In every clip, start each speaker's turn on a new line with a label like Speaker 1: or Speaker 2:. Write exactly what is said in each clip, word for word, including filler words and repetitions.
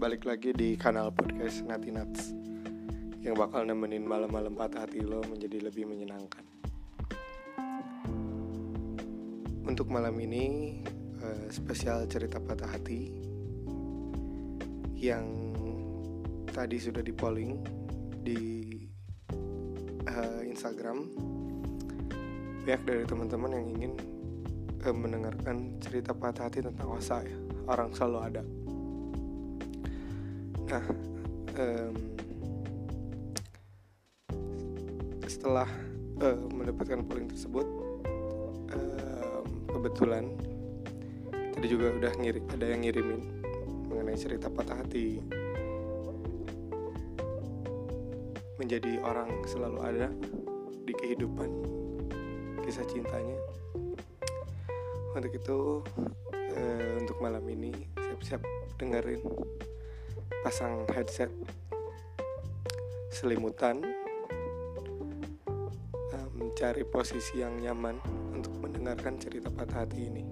Speaker 1: balik lagi di kanal podcast Nati Nats yang bakal nemenin malam-malam patah hati lo menjadi lebih menyenangkan. Untuk malam ini uh, spesial cerita patah hati yang tadi sudah di polling di uh, Instagram. Banyak dari teman-teman yang ingin uh, mendengarkan cerita patah hati tentang Osa ya, orang selalu ada. Nah, um, setelah uh, mendapatkan polling tersebut, um, kebetulan tadi juga udah ngirim, ada yang ngirimin mengenai cerita patah hati menjadi orang selalu ada di kehidupan kisah cintanya. Untuk itu, uh, untuk malam ini siap-siap dengerin, pasang headset, selimutan, mencari posisi yang nyaman untuk mendengarkan cerita patah hati ini.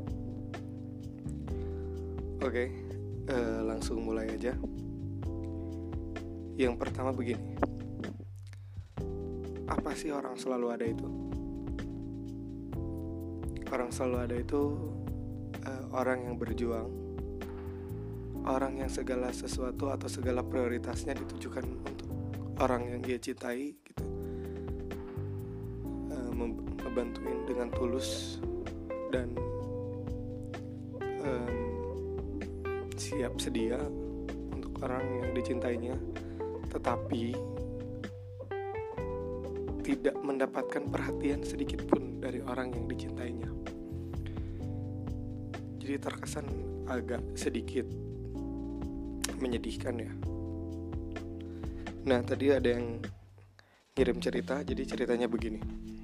Speaker 1: Oke, eh, langsung mulai aja. Yang pertama begini, apa sih orang selalu ada itu? Orang selalu ada itu eh, orang yang berjuang, orang yang segala sesuatu atau segala prioritasnya ditujukan untuk orang yang dia cintai gitu, e, membantuin dengan tulus dan um, siap sedia untuk orang yang dicintainya, tetapi tidak mendapatkan perhatian sedikit pun dari orang yang dicintainya. Jadi terkesan agak sedikit menyedihkan ya. Nah, tadi ada yang ngirim cerita. Jadi ceritanya begini.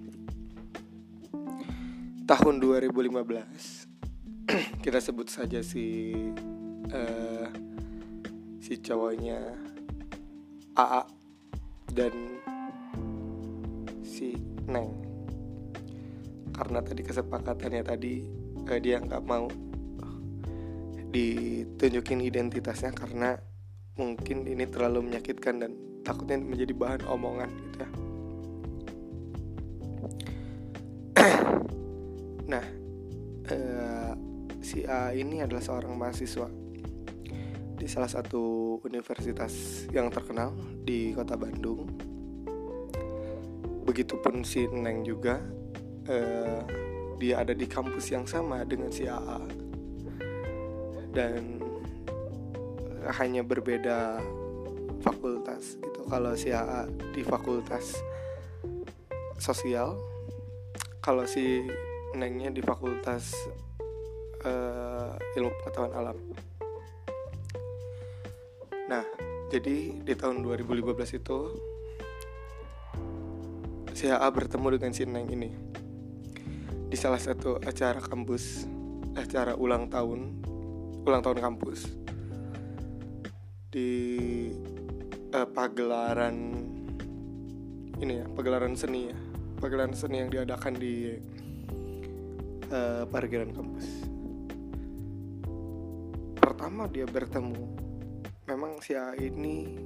Speaker 1: Tahun dua ribu lima belas kita sebut saja si uh, si cowoknya A A dan si Neng. Karena tadi kesepakatannya tadi uh, dia nggak mau ditunjukin identitasnya karena mungkin ini terlalu menyakitkan dan takutnya menjadi bahan omongan gitu ya. Nah, eh, si A ini adalah seorang mahasiswa di salah satu universitas yang terkenal di kota Bandung. Begitupun si Neng juga, eh, dia ada di kampus yang sama dengan si A A. Dan hanya berbeda fakultas gitu. Kalau si A A di fakultas sosial, kalau si Nengnya di fakultas uh, ilmu pengetahuan alam. Nah, jadi di tahun dua ribu lima belas itu si A A bertemu dengan si Neng ini di salah satu acara kampus, acara ulang tahun ulang tahun kampus di uh, pagelaran ini ya, pagelaran seni ya, pagelaran seni yang diadakan di uh, parkiran kampus. Pertama dia bertemu, memang si A ini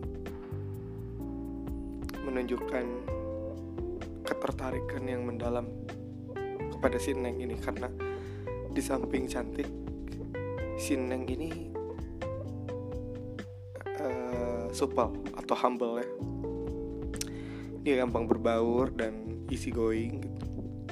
Speaker 1: menunjukkan ketertarikan yang mendalam kepada si Neng ini karena di samping cantik, si Neng ini uh, supel atau humble ya. Dia gampang berbaur dan easy going gitu.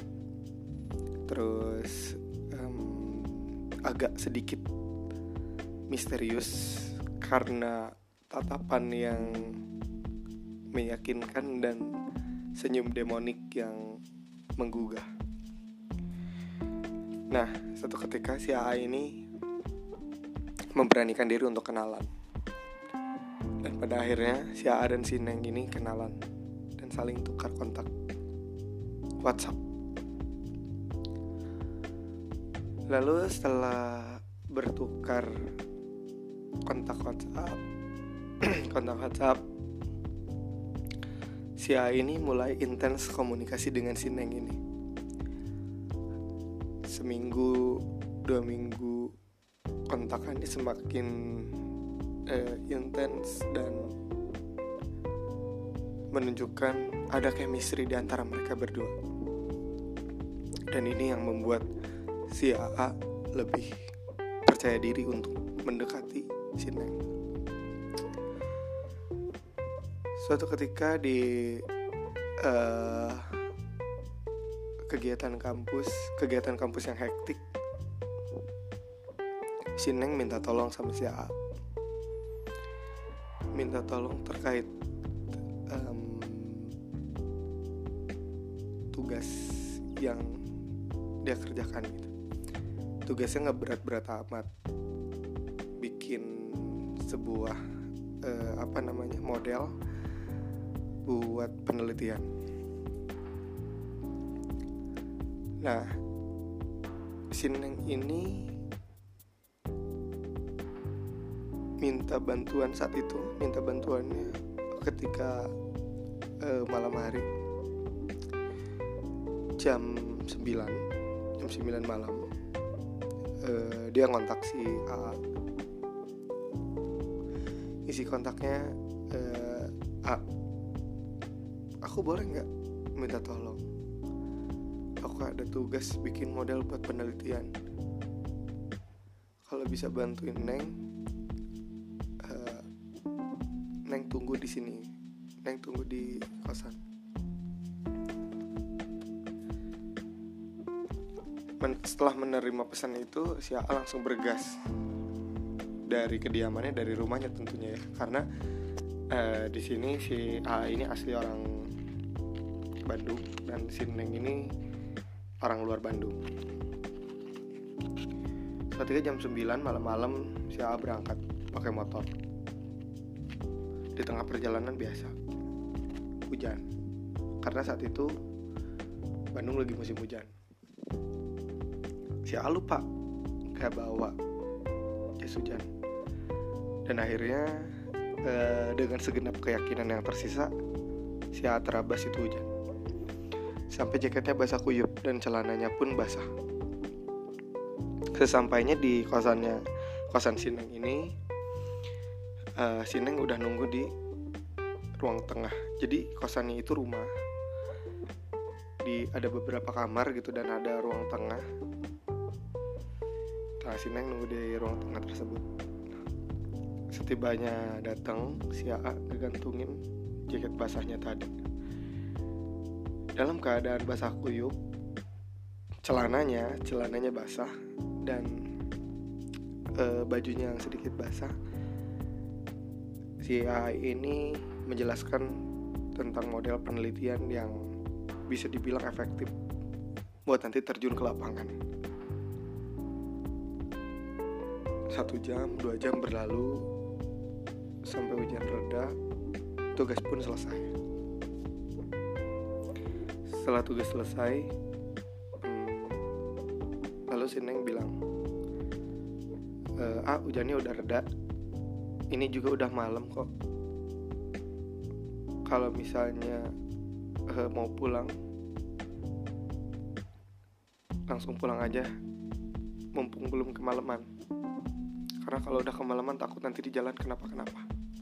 Speaker 1: Terus um, agak sedikit misterius karena tatapan yang meyakinkan dan senyum demonik yang menggugah. Nah, suatu ketika si A A ini memberanikan diri untuk kenalan. Dan pada akhirnya si A A dan si Neng ini kenalan dan saling tukar kontak WhatsApp. Lalu setelah bertukar kontak WhatsApp kontak WhatsApp si A ini mulai intens komunikasi dengan si Neng ini. Seminggu, dua minggu kontakannya semakin uh, intens dan menunjukkan ada chemistry di antara mereka berdua. Dan ini yang membuat si A A lebih percaya diri untuk mendekati si Neng. Suatu ketika di uh, kegiatan kampus, kegiatan kampus yang hektik, si Neng minta tolong sama si A A. Minta tolong terkait um, tugas yang dia kerjakan gitu. Tugasnya nggak berat-berat amat, bikin sebuah uh, apa namanya model buat penelitian. Nah, si Neng ini minta bantuan saat itu, minta bantuannya ketika uh, malam hari jam sembilan jam sembilan malam. uh, Dia ngontak si A. Isi kontaknya, uh, A, aku boleh gak minta tolong? Aku ada tugas bikin model buat penelitian. Kalau bisa bantuin Neng, uh, Neng tunggu di sini. Neng tunggu di kosan. Men- setelah menerima pesan itu, si A langsung bergas dari kediamannya, dari rumahnya tentunya ya, karena uh, di sini si A ini asli orang Bandung dan si Neng ini orang luar Bandung. Ketika jam sembilan malam-malam si A berangkat pakai motor. Di tengah perjalanan biasa hujan, karena saat itu Bandung lagi musim hujan. Si A lupa gak bawa jas hujan. Dan akhirnya eh, dengan segenap keyakinan yang tersisa, si A terabas itu hujan sampai jaketnya basah kuyup dan celananya pun basah. Sesampainya di kosannya, kosan si Neng ini, uh, si Neng udah nunggu di ruang tengah. Jadi kosannya itu rumah, di ada beberapa kamar gitu dan ada ruang tengah. Nah, si Neng nunggu di ruang tengah tersebut. Setibanya datang, si A ngegantungin jaket basahnya tadi. Dalam keadaan basah kuyup, celananya, celananya basah dan e, bajunya yang sedikit basah. Si A ini menjelaskan tentang model penelitian yang bisa dibilang efektif buat nanti terjun ke lapangan. Satu jam, dua jam berlalu sampai hujan reda, tugas pun selesai. Setelah tugas selesai, hmm, lalu si Neng bilang, e, ah hujannya udah reda, ini juga udah malam kok. Kalau misalnya e, mau pulang, langsung pulang aja, mumpung belum kemalaman. Karena kalau udah kemalaman takut nanti di jalan kenapa-kenapa.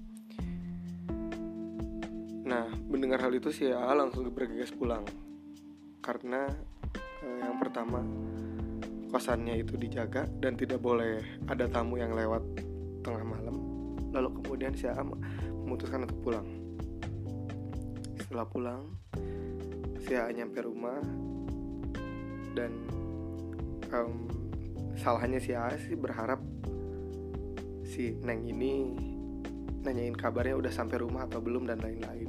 Speaker 1: Nah, mendengar hal itu si A langsung bergegas pulang. Karena eh, yang pertama, kosannya itu dijaga dan tidak boleh ada tamu yang lewat tengah malam. Lalu kemudian si A memutuskan untuk pulang. Setelah pulang, si A nyampe rumah dan um, salahnya si A sih berharap si Neng ini nanyain kabarnya udah sampai rumah atau belum dan lain-lain.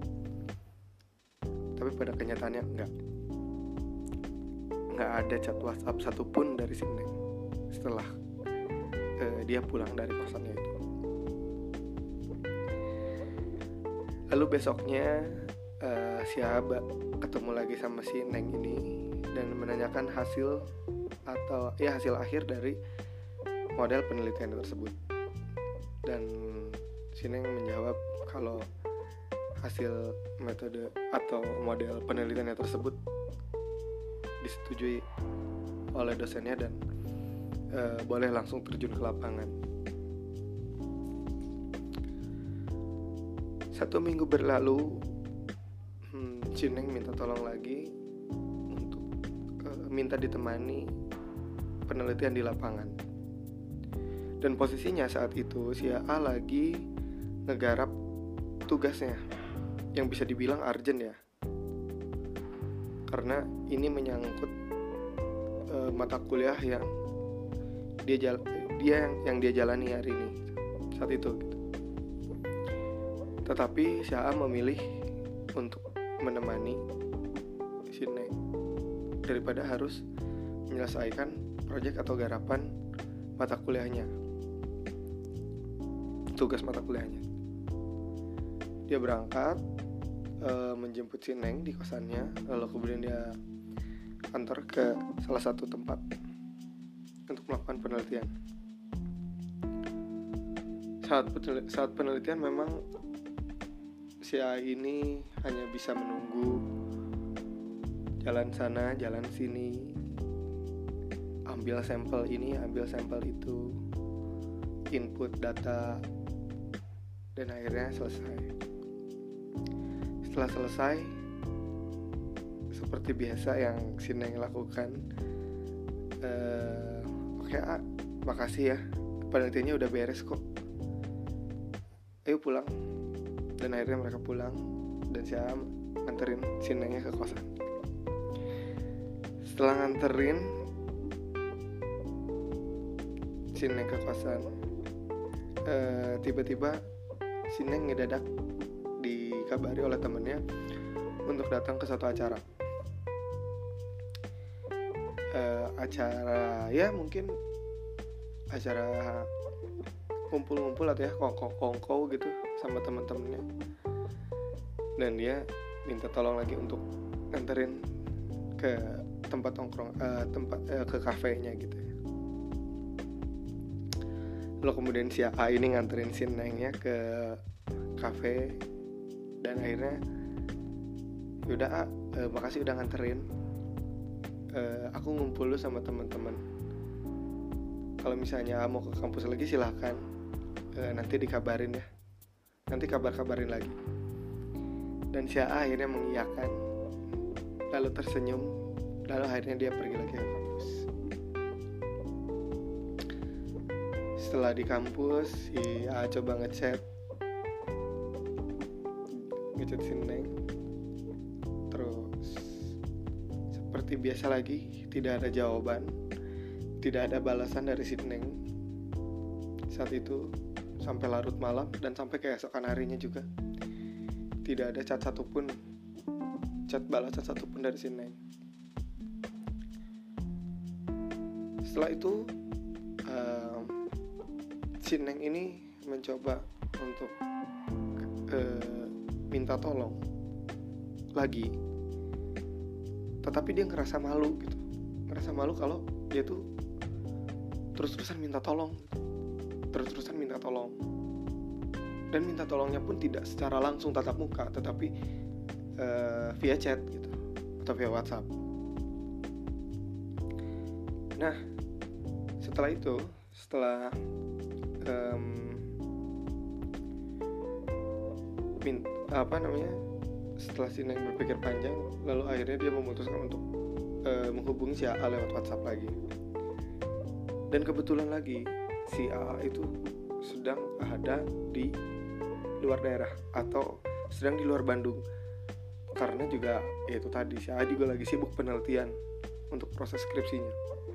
Speaker 1: Tapi pada kenyataannya enggak. Enggak ada chat WhatsApp satupun dari si Neng setelah uh, dia pulang dari kosannya itu. Lalu besoknya uh, si Aba ketemu lagi sama si Neng ini dan menanyakan hasil atau ya hasil akhir dari model penelitian tersebut. Dan si Neng menjawab kalau hasil metode atau model penelitiannya tersebut disetujui oleh dosennya dan e, boleh langsung terjun ke lapangan. Satu minggu berlalu, hmm, si Neng minta tolong lagi untuk uh, minta ditemani penelitian di lapangan. Dan posisinya saat itu si A A lagi ngegarap tugasnya yang bisa dibilang urgent ya, karena ini menyangkut uh, mata kuliah yang dia jala, dia yang, yang dia jalani hari ini saat itu gitu. Tetapi si A A memilih untuk menemani si Neng daripada harus menyelesaikan proyek atau garapan mata kuliahnya, tugas mata kuliahnya. Dia berangkat e, menjemput si Neng di kosannya, lalu kemudian dia antar ke salah satu tempat untuk melakukan penelitian. Saat penelitian, saat penelitian memang si A ini hanya bisa menunggu, jalan sana, jalan sini, ambil sampel ini, ambil sampel itu, input data, dan akhirnya selesai. Setelah selesai, seperti biasa yang si Neng lakukan, uh, oke okay, A, makasih ya, penelitiannya udah beres kok, ayo pulang. Dan akhirnya mereka pulang, dan si A nganterin si Nengnya ke kosan. Setelah nganterin si Neng ke kosan, uh, tiba-tiba si Neng ngedadak dikabari oleh temennya untuk datang ke satu acara. Uh, acara ya mungkin acara kumpul-kumpul atau ya kongko-kongko gitu sama teman-temannya. Dan dia minta tolong lagi untuk nganterin ke tempat nongkrong, uh, tempat uh, ke kafenya gitu ya. Lalu kemudian si A ini nganterin si Nengnya ke kafe, dan akhirnya yaudah A, uh, makasih udah nganterin, uh, aku ngumpul dulu sama teman-teman, kalau misalnya A mau ke kampus lagi silahkan, uh, nanti dikabarin ya, nanti kabar-kabarin lagi. Dan si A akhirnya mengiyakan, lalu tersenyum, lalu akhirnya dia pergi lagi ke kampus. Setelah di kampus, si A coba ngechat ngechat si Neng. Terus seperti biasa lagi, tidak ada jawaban, tidak ada balasan dari si Neng saat itu sampai larut malam, dan sampai keesokan harinya juga tidak ada chat satupun, chat balasan satupun dari si Neng. Setelah itu um, si Neng ini mencoba untuk uh, minta tolong lagi, tetapi dia ngerasa malu gitu, ngerasa malu kalau dia tuh terus-terusan minta tolong, terus-terusan minta tolong, dan minta tolongnya pun tidak secara langsung tatap muka, tetapi uh, via chat gitu atau via WhatsApp. Nah, setelah itu, setelah um, min, apa namanya, setelah si Neng berpikir panjang, lalu akhirnya dia memutuskan untuk uh, menghubungi si A A lewat WhatsApp lagi. Dan kebetulan lagi si A A itu sedang ada di luar daerah atau sedang di luar Bandung, karena juga ya itu tadi, si A A juga lagi sibuk penelitian untuk proses skripsinya.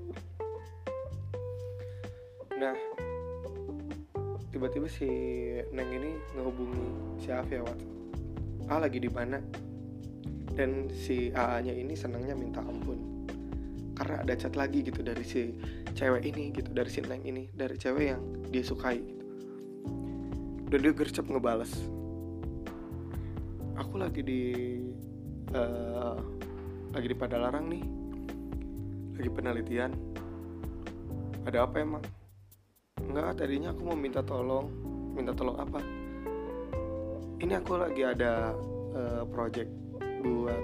Speaker 1: Nah, tiba-tiba si Neng ini ngehubungi si A A via WhatsApp. A lagi di mana? Dan si A A-nya ini senangnya minta ampun karena ada chat lagi gitu dari si cewek ini gitu, dari si Neng ini, dari cewek yang dia sukai gitu. Dan dia gercep ngebales, aku lagi di uh, lagi di Padalarang nih, lagi penelitian. Ada apa emang? Enggak, tadinya aku mau minta tolong. Minta tolong apa? Ini aku lagi ada uh, project buat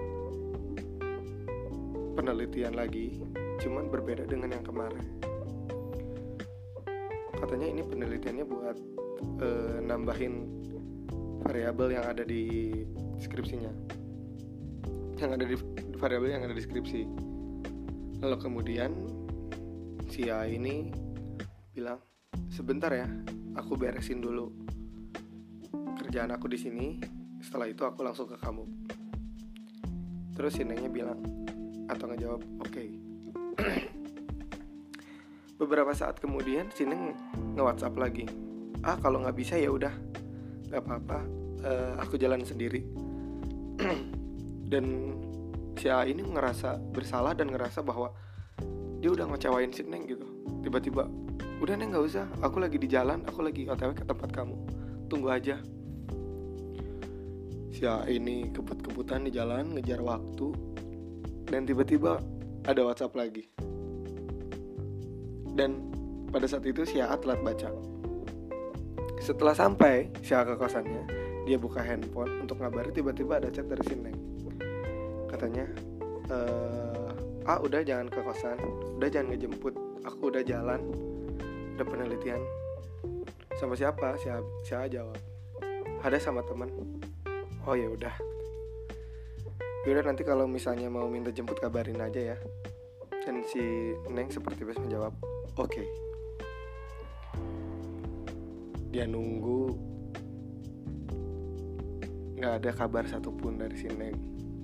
Speaker 1: penelitian lagi, cuman berbeda dengan yang kemarin. Katanya ini penelitiannya buat uh, nambahin variabel yang ada di deskripsinya, yang ada di variabel yang ada di deskripsi. Lalu kemudian si A ini bilang, sebentar ya, aku beresin dulu kerjaan aku di sini. Setelah itu aku langsung ke kamu. Terus si Nengnya bilang atau ngejawab, oke. Okay. Beberapa saat kemudian si Neng nge-WhatsApp lagi, ah kalau nggak bisa ya udah, nggak apa-apa, uh, aku jalan sendiri. Dan si A ini ngerasa bersalah dan ngerasa bahwa dia udah ngecewain si Neng gitu. Tiba-tiba, udah Neng nggak usah, aku lagi di jalan, aku lagi O T W ke tempat kamu, tunggu aja. Si A ini kebut-kebutan di jalan ngejar waktu, dan tiba-tiba ada WhatsApp lagi. Dan pada saat itu si A telat baca. Setelah sampai si A ke kosannya, dia buka handphone untuk ngabari, tiba-tiba ada chat dari si Neng. Katanya, e, ah udah jangan ke kosan, udah jangan ngejemput, aku udah jalan, udah penelitian. Sama siapa? Si A, si A jawab, ada sama teman. Oh ya udah. Yaudah nanti kalau misalnya mau minta jemput kabarin aja ya. Dan si Neng seperti biasa menjawab, oke. Okay. Dia nunggu, nggak ada kabar satupun dari si Neng.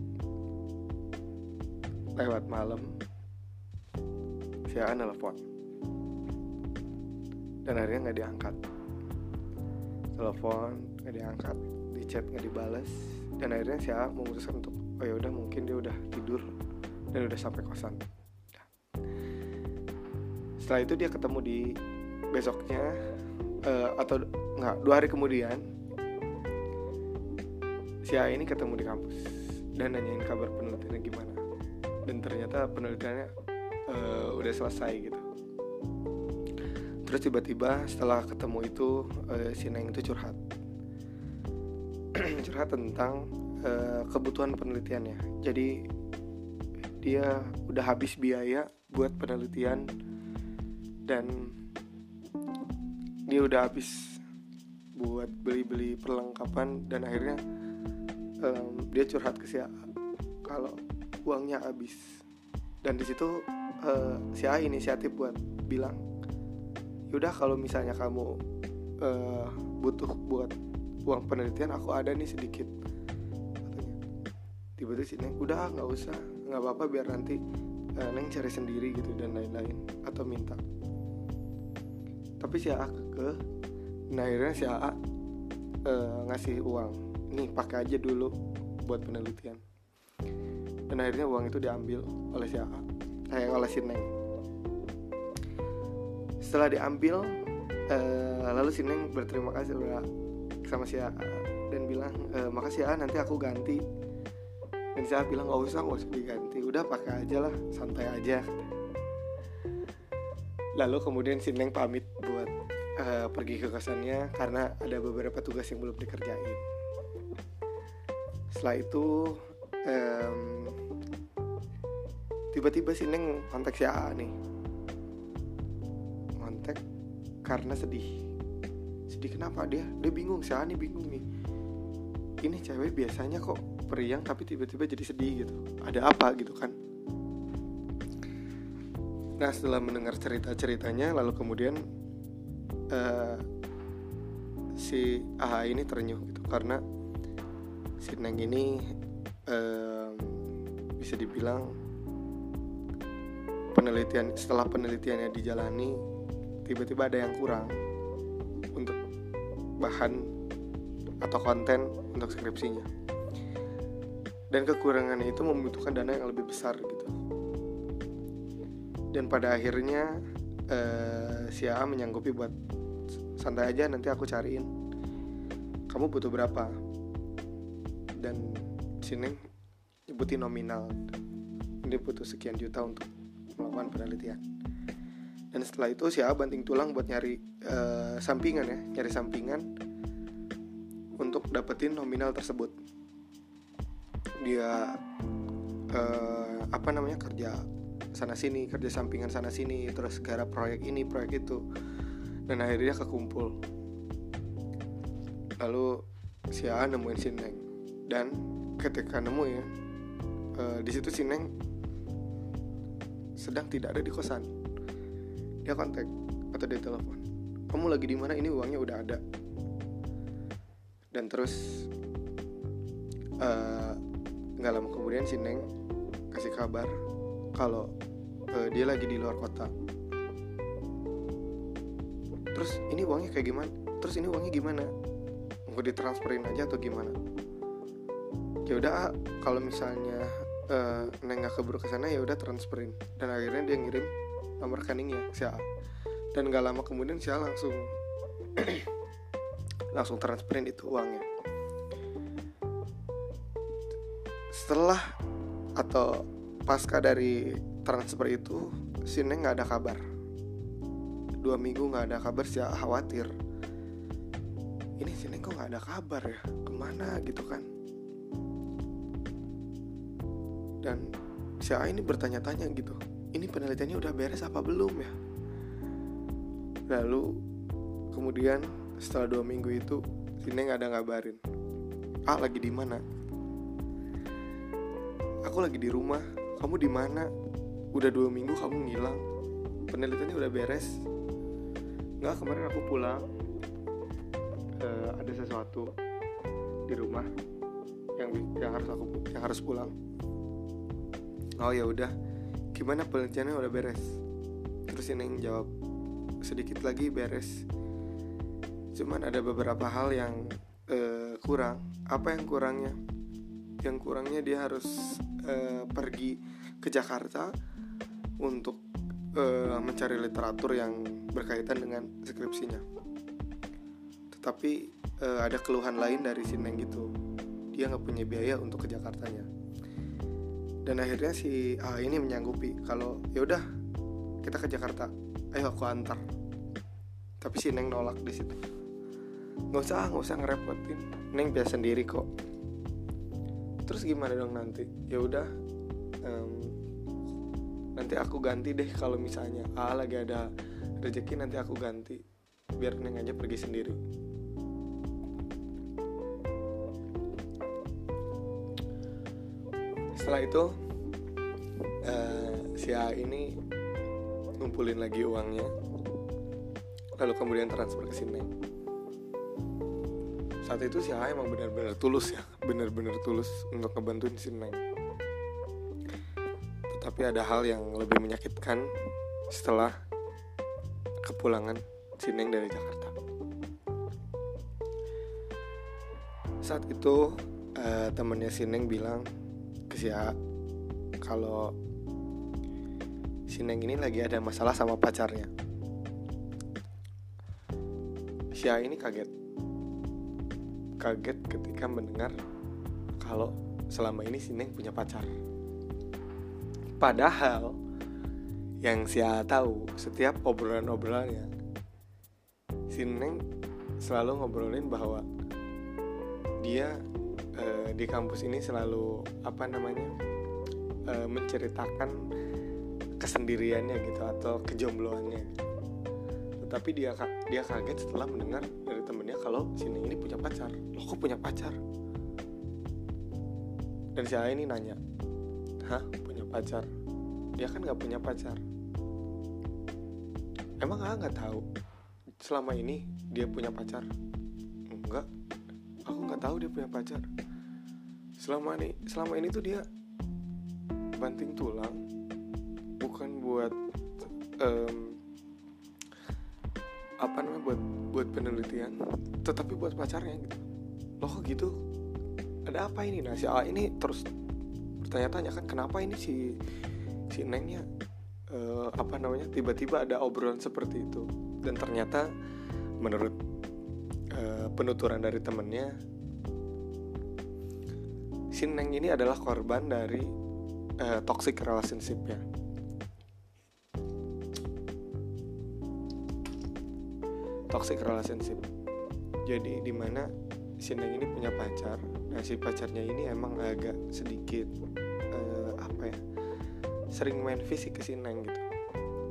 Speaker 1: Lewat malam, si A nelfon, dan akhirnya nggak diangkat. Telepon nggak diangkat, di chat nggak dibalas, dan akhirnya si A memutuskan untuk, oh ya udah mungkin dia udah tidur dan udah sampai kosan. Setelah itu dia ketemu di besoknya, uh, atau nggak, dua hari kemudian si A ini ketemu di kampus dan nanyain kabar penelitiannya gimana. Dan ternyata penelitiannya uh, udah selesai gitu. Terus tiba-tiba setelah ketemu itu uh, si Neng itu curhat curhat tentang uh, kebutuhan penelitiannya. Jadi dia udah habis biaya buat penelitian, dan dia udah habis buat beli-beli perlengkapan, dan akhirnya um, dia curhat ke si A kalau uangnya habis. Dan di situ uh, si A inisiatif buat bilang, yaudah kalau misalnya kamu uh, butuh buat uang penelitian, aku ada nih sedikit, katanya. Tiba-tiba si Neng, udah nggak usah, nggak apa-apa, biar nanti uh, Neng cari sendiri gitu dan lain-lain, atau minta. Tapi si A kekeh. Nah akhirnya si A uh, ngasih uang, nih pakai aja dulu buat penelitian. Dan akhirnya uang itu diambil oleh si A, eh, oleh si Neng. Setelah diambil, uh, lalu si Neng berterima kasih udah sama si A dan bilang, e, makasih ya, nanti aku ganti. Dan si A bilang, nggak usah, nggak usah diganti, udah pakai aja lah, santai aja. Lalu kemudian si Neng pamit buat uh, pergi ke kosannya karena ada beberapa tugas yang belum dikerjain. Setelah itu um, tiba-tiba si Neng kontak si A nih, kontak karena sedih. Sedih kenapa? Dia dia bingung, si A nih bingung nih. Ini cewek biasanya kok periang tapi tiba-tiba jadi sedih gitu. Ada apa gitu kan? Nah setelah mendengar cerita-ceritanya, lalu kemudian uh, si A ini terenyuh gitu, karena si Neng ini uh, bisa dibilang penelitian setelah penelitiannya dijalani, tiba-tiba ada yang kurang untuk bahan atau konten untuk skripsinya, dan kekurangannya itu membutuhkan dana yang lebih besar gitu. Dan pada akhirnya uh, si A menyanggupi buat santai aja, nanti aku cariin, kamu butuh berapa. Dan si Neng nyebutin nominal, dia butuh sekian juta untuk melakukan penelitian. Dan setelah itu si A banting tulang buat nyari uh, sampingan ya, nyari sampingan untuk dapetin nominal tersebut. Dia uh, apa namanya kerja sana sini, kerja sampingan sana sini, terus garap proyek ini, proyek itu, dan akhirnya kekumpul. Lalu si A nemuin si Neng. Dan ketika nemuin, uh, di situ si Neng sedang tidak ada di kosan. Dia kontak atau dia telepon, kamu lagi di mana, ini uangnya udah ada. Dan terus uh, gak lama kemudian si Neng kasih kabar kalau uh, dia lagi di luar kota. Terus ini uangnya kayak gimana? Terus ini uangnya gimana? Mau ditransferin aja atau gimana? Ya udah, kalau misalnya uh, Neng nggak keburu kesana, ya udah transferin. Dan akhirnya dia ngirim nomor rekeningnya si A. Dan nggak lama kemudian si A langsung langsung transferin itu uangnya. Setelah atau pasca dari transfer itu, si Neng nggak ada kabar. Dua minggu nggak ada kabar, si A khawatir. Ini si Neng kok nggak ada kabar ya? Kemana gitu kan? Dan si A ini bertanya-tanya gitu, ini penelitiannya udah beres apa belum ya? Lalu kemudian setelah dua minggu itu, si Neng ada ngabarin, A lagi di mana? Aku lagi di rumah. Kamu di mana? Udah dua minggu kamu ngilang. Penelitiannya udah beres. Nggak, kemarin aku pulang. Uh, ada sesuatu di rumah yang yang harus aku yang harus pulang. Oh ya udah. Gimana penelitiannya udah beres? Terus si Neng jawab, sedikit lagi beres. Cuman ada beberapa hal yang uh, kurang. Apa yang kurangnya? Yang kurangnya dia harus uh, pergi ke Jakarta untuk uh, mencari literatur yang berkaitan dengan skripsinya. Tetapi uh, ada keluhan lain dari si Neng gitu. Dia nggak punya biaya untuk ke Jakartanya. Dan akhirnya si A ini menyanggupi kalau ya udah kita ke Jakarta, ayo aku antar. Tapi si Neng nolak di situ. Nggak usah, nggak usah ngerepotin. Neng biasa sendiri kok. Terus gimana dong nanti? Ya udah, um, nanti aku ganti deh kalau misalnya A lagi ada rezeki, nanti aku ganti biar Neng aja pergi sendiri. Setelah itu uh, si A ini ngumpulin lagi uangnya, lalu kemudian transfer ke si Neng. Saat itu si A emang benar-benar tulus ya, benar-benar tulus untuk ngebantuin si Neng. Tetapi ada hal yang lebih menyakitkan setelah kepulangan si Neng dari Jakarta. Saat itu uh, temannya si Neng bilang ke si A kalau si Neng ini lagi ada masalah sama pacarnya. Si A ini kaget. Kaget ketika mendengar kalau selama ini si Neng punya pacar. Padahal yang si A tahu, setiap obrolan-obrolannya si Neng selalu ngobrolin bahwa dia e, di kampus ini selalu apa namanya e, menceritakan kesendiriannya gitu atau kejombloannya gitu. Tetapi dia dia kaget setelah mendengar dari temennya kalau si Neng ini punya pacar. Loh, kok punya pacar? Dan si A ini nanya, hah, punya pacar? Dia kan nggak punya pacar. Emang A nggak tahu selama ini dia punya pacar? Enggak, aku nggak tahu dia punya pacar. Selama ini, selama ini tuh dia banting tulang, bukan buat um, apa namanya buat buat penelitian, tetapi buat pacarnya gitu. Loh kok gitu? Ada apa ini? Nah si A ini terus bertanya-tanya kan, kenapa ini si si Nengnya uh, apa namanya tiba-tiba ada obrolan seperti itu. Dan ternyata menurut uh, penuturan dari temennya, si Neng ini adalah korban dari uh, toxic relationship-nya. Toxic relationship. Jadi di mana si Neng ini punya pacar. Nah si pacarnya ini emang agak sedikit uh, apa ya, sering main fisik ke si Neng gitu.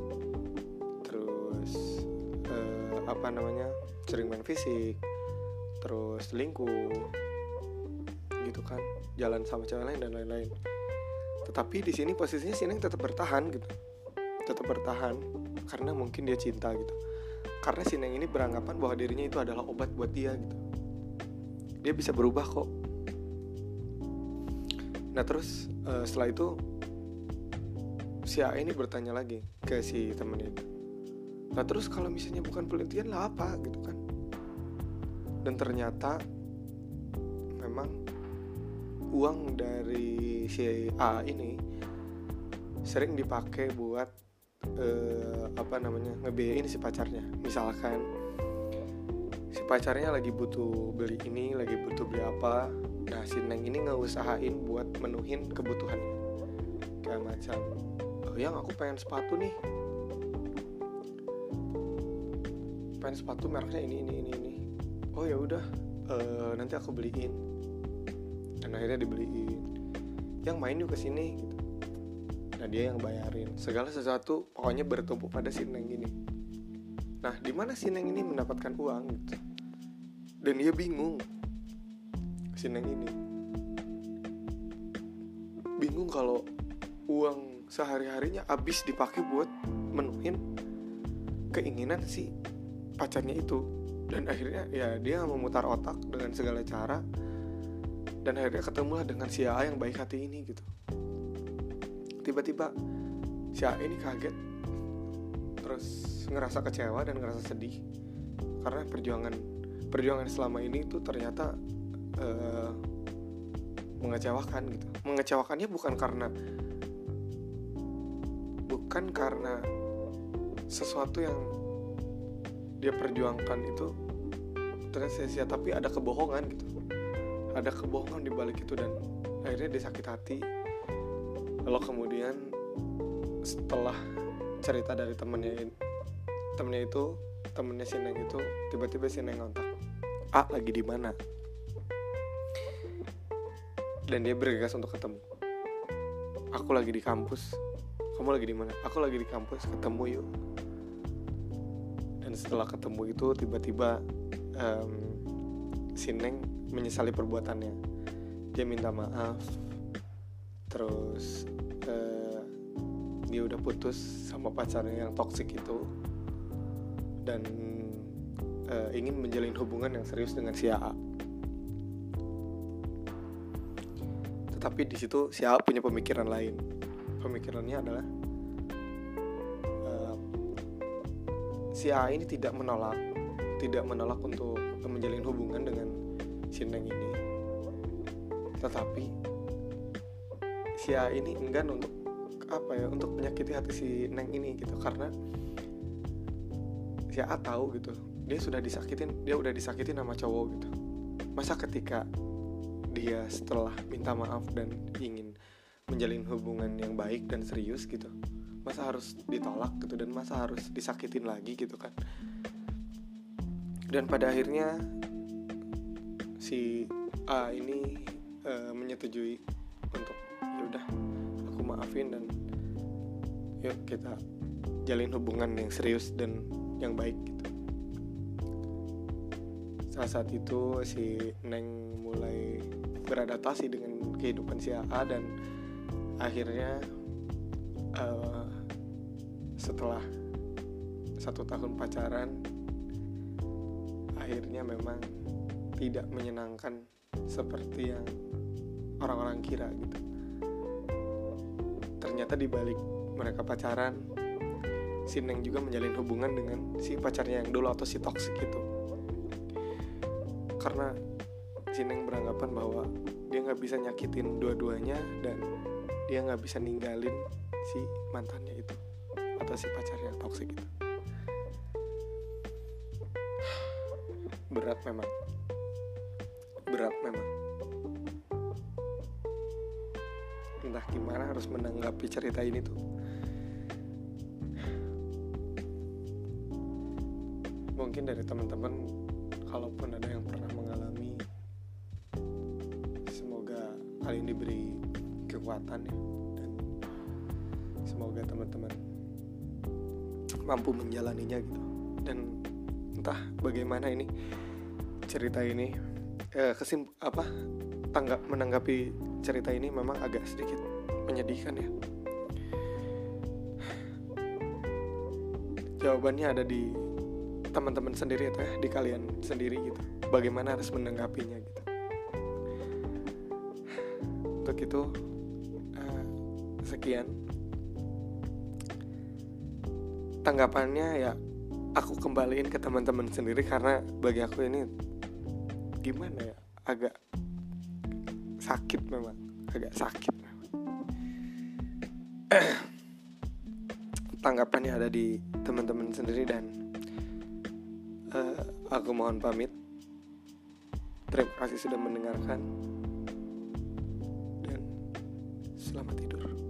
Speaker 1: Terus uh, apa namanya sering main fisik. terus selingkuh gitu kan, jalan sama cewek lain dan lain-lain. Tetapi di sini posisinya si Neng tetap bertahan gitu, tetap bertahan karena mungkin dia cinta gitu. Karena si Neng ini beranggapan bahwa dirinya itu adalah obat buat dia gitu. Dia bisa berubah kok. Nah terus uh, setelah itu si A ini bertanya lagi ke si temennya itu, nah terus kalau misalnya bukan penelitian lah apa gitu kan. Dan ternyata memang uang dari si A ini sering dipakai buat eh, apa namanya ngebiayain si pacarnya. Misalkan si pacarnya lagi butuh beli ini, lagi butuh beli apa, nah si Neng ini ngeusahain buat menuhin kebutuhannya. Kayak macam, oh yang aku pengen sepatu nih, pengen sepatu mereknya ini ini ini ini. Oh ya udah, uh, nanti aku beliin. Dan akhirnya dibeliin. Yang main yuk kesini gitu. Nah dia yang bayarin segala sesuatu, pokoknya bertumpu pada si Neng ini. Nah di mana si Neng ini mendapatkan uang gitu. Dan dia bingung, si Neng ini bingung kalau uang sehari-harinya habis dipakai buat menuhin keinginan si pacarnya itu. Dan akhirnya ya dia memutar otak dengan segala cara, dan akhirnya ketemulah dengan si A yang baik hati ini gitu. Tiba-tiba si A ini kaget, terus ngerasa kecewa dan ngerasa sedih karena perjuangan perjuangan selama ini itu ternyata uh, mengecewakan gitu. Mengecewakannya bukan karena bukan karena sesuatu yang dia perjuangkan itu ternyata sia-sia, tapi ada kebohongan gitu. Ada kebohongan di balik itu dan akhirnya dia sakit hati. Lalu kemudian setelah cerita dari temennya temennya itu, temennya si Neng itu, tiba-tiba si Neng ngontak, "A lagi di mana?" Dan dia bergegas untuk ketemu. "Aku lagi di kampus." "Kamu lagi di mana?" "Aku lagi di kampus, ketemu yuk." Dan setelah ketemu itu tiba-tiba um, si Neng menyesali perbuatannya. Dia minta maaf. Terus uh, dia udah putus sama pacarnya yang toksik itu, dan uh, ingin menjalin hubungan yang serius dengan si A. Tetapi di situ si A punya pemikiran lain. Pemikirannya adalah si A ini tidak menolak tidak menolak untuk menjalin hubungan dengan si Neng ini, tetapi si A ini enggan untuk apa ya untuk menyakiti hati si Neng ini gitu. Karena si A tahu gitu, dia sudah disakitin dia udah disakitin sama cowok gitu. Masa ketika dia setelah minta maaf dan ingin menjalin hubungan yang baik dan serius gitu, masa harus ditolak gitu, dan masa harus disakitin lagi gitu kan. Dan pada akhirnya si A ini e, menyetujui untuk ya udah aku maafin dan yuk kita jalin hubungan yang serius dan yang baik gitu. Saat saat itu si Neng mulai beradaptasi dengan kehidupan si A dan akhirnya Uh, setelah satu tahun pacaran, akhirnya memang tidak menyenangkan seperti yang orang-orang kira gitu. Ternyata di balik mereka pacaran, si Neng juga menjalin hubungan dengan si pacarnya yang dulu atau si toksik itu. Karena si Neng beranggapan bahwa dia gak bisa nyakitin dua-duanya dan dia gak bisa ninggalin si mantannya itu atau si pacar yang toksik itu. Berat memang Berat memang Entah gimana harus menanggapi cerita ini tuh. Mungkin dari teman-teman, kalaupun ada yang pernah mengalami, semoga kalian diberi kekuatan ya, dan semoga teman-teman mampu menjalaninya gitu. Dan entah bagaimana ini cerita ini eh, kesim apa tanggap menanggapi cerita ini memang agak sedikit menyedihkan ya. Jawabannya ada di teman-teman sendiri atau ya di kalian sendiri gitu. Bagaimana harus menanggapinya gitu. Untuk itu uh, sekian tanggapannya ya, aku kembaliin ke teman-teman sendiri karena bagi aku ini gimana ya, agak sakit memang, agak sakit memang. Tanggapannya ada di teman-teman sendiri dan uh, aku mohon pamit. Terima kasih sudah mendengarkan dan selamat tidur.